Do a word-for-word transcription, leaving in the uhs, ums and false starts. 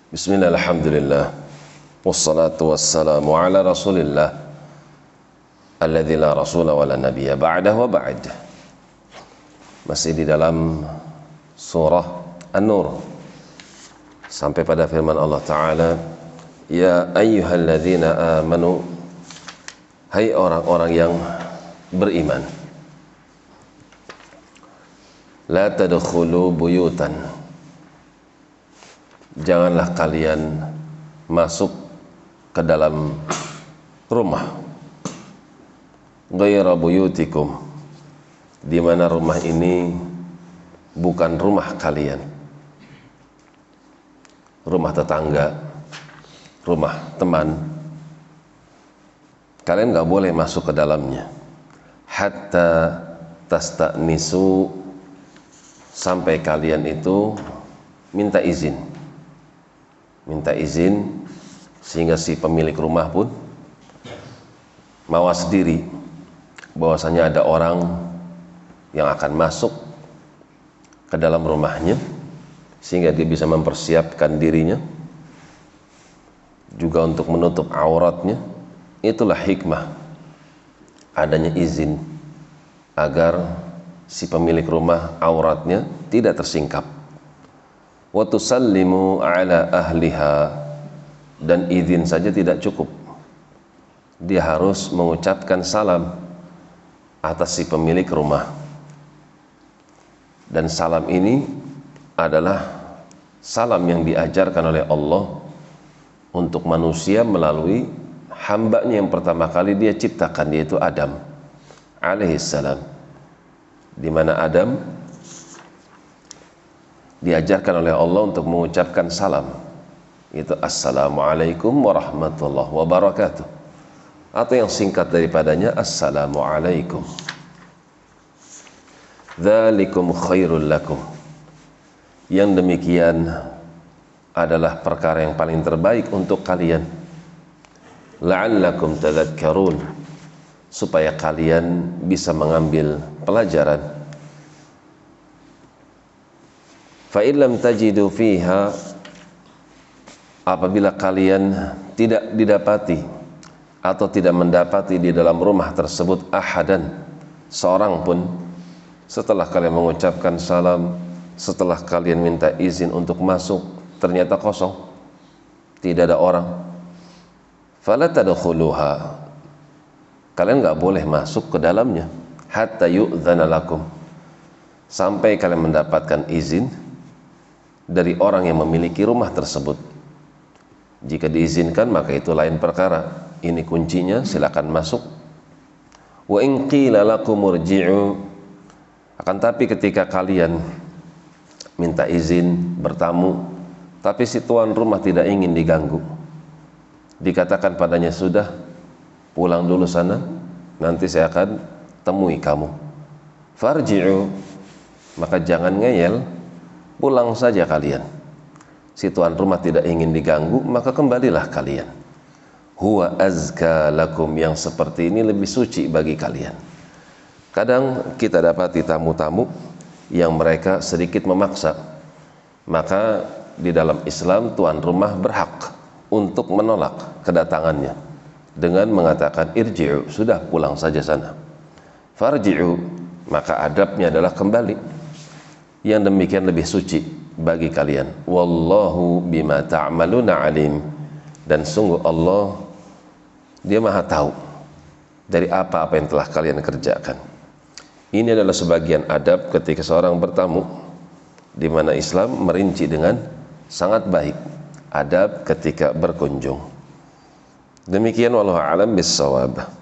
Bismillah, alhamdulillah, wassalatu wassalamu ala rasulillah alladzi la rasula wa la nabiyya ba'dah wa ba'd. Masih di dalam surah An-Nur sampai pada firman Allah Ta'ala, ya ayyuhalladzina amanu, hai orang-orang yang beriman, la tadkhulu buyutan, janganlah kalian masuk ke dalam rumah ghaira buyutikum, di mana rumah ini bukan rumah kalian, rumah tetangga, rumah teman. Kalian nggak boleh masuk ke dalamnya hatta tasta'nisu, sampai kalian itu minta izin minta izin sehingga si pemilik rumah pun mawas diri bahwasanya ada orang yang akan masuk ke dalam rumahnya, sehingga dia bisa mempersiapkan dirinya juga untuk menutup auratnya. Itulah hikmah adanya izin, agar si pemilik rumah auratnya tidak tersingkap. Wa tusallimu ala ahliha, dan izin saja tidak cukup, dia harus mengucapkan salam atas si pemilik rumah. Dan salam ini adalah salam yang diajarkan oleh Allah untuk manusia melalui hambanya yang pertama kali dia ciptakan, yaitu Adam alaihissalam, di mana Adam diajarkan oleh Allah untuk mengucapkan salam, itu assalamualaikum warahmatullahi wabarakatuh, atau yang singkat daripadanya assalamualaikum. Dzalikum khairul lakum, yang demikian adalah perkara yang paling terbaik untuk kalian. La'allakum tadhakkarun, supaya kalian bisa mengambil pelajaran. Fa in lam tajidu fiha, apabila kalian tidak didapati atau tidak mendapati di dalam rumah tersebut ahadan, seorang pun, setelah kalian mengucapkan salam, setelah kalian minta izin untuk masuk, ternyata kosong, tidak ada orang, fala tadkhuluha, kalian nggak boleh masuk ke dalamnya hatta yu'dzana lakum, sampai kalian mendapatkan izin dari orang yang memiliki rumah tersebut. Jika diizinkan maka itu lain perkara, ini kuncinya, silakan masuk. Wa in qila lakum irji'u, akan tapi ketika kalian minta izin bertamu tapi si tuan rumah tidak ingin diganggu, dikatakan padanya, sudah, pulang dulu sana, nanti saya akan temui kamu. Farji'u, maka jangan ngeyel, pulang saja kalian. Si tuan rumah tidak ingin diganggu, maka kembalilah kalian. Huwa azka lakum, yang seperti ini lebih suci bagi kalian. Kadang kita dapati tamu-tamu yang mereka sedikit memaksa, maka di dalam Islam tuan rumah berhak untuk menolak kedatangannya dengan mengatakan irji'u, sudah, pulang saja sana. Farji'u, maka adabnya adalah kembali. Yang demikian lebih suci bagi kalian. Wallahu bima ta'maluna alim, dan sungguh Allah, dia maha tahu dari apa-apa yang telah kalian kerjakan. Ini adalah sebagian adab ketika seorang bertamu, di mana Islam merinci dengan sangat baik adab ketika berkunjung. Demikian, wallahu a'lam bissawab.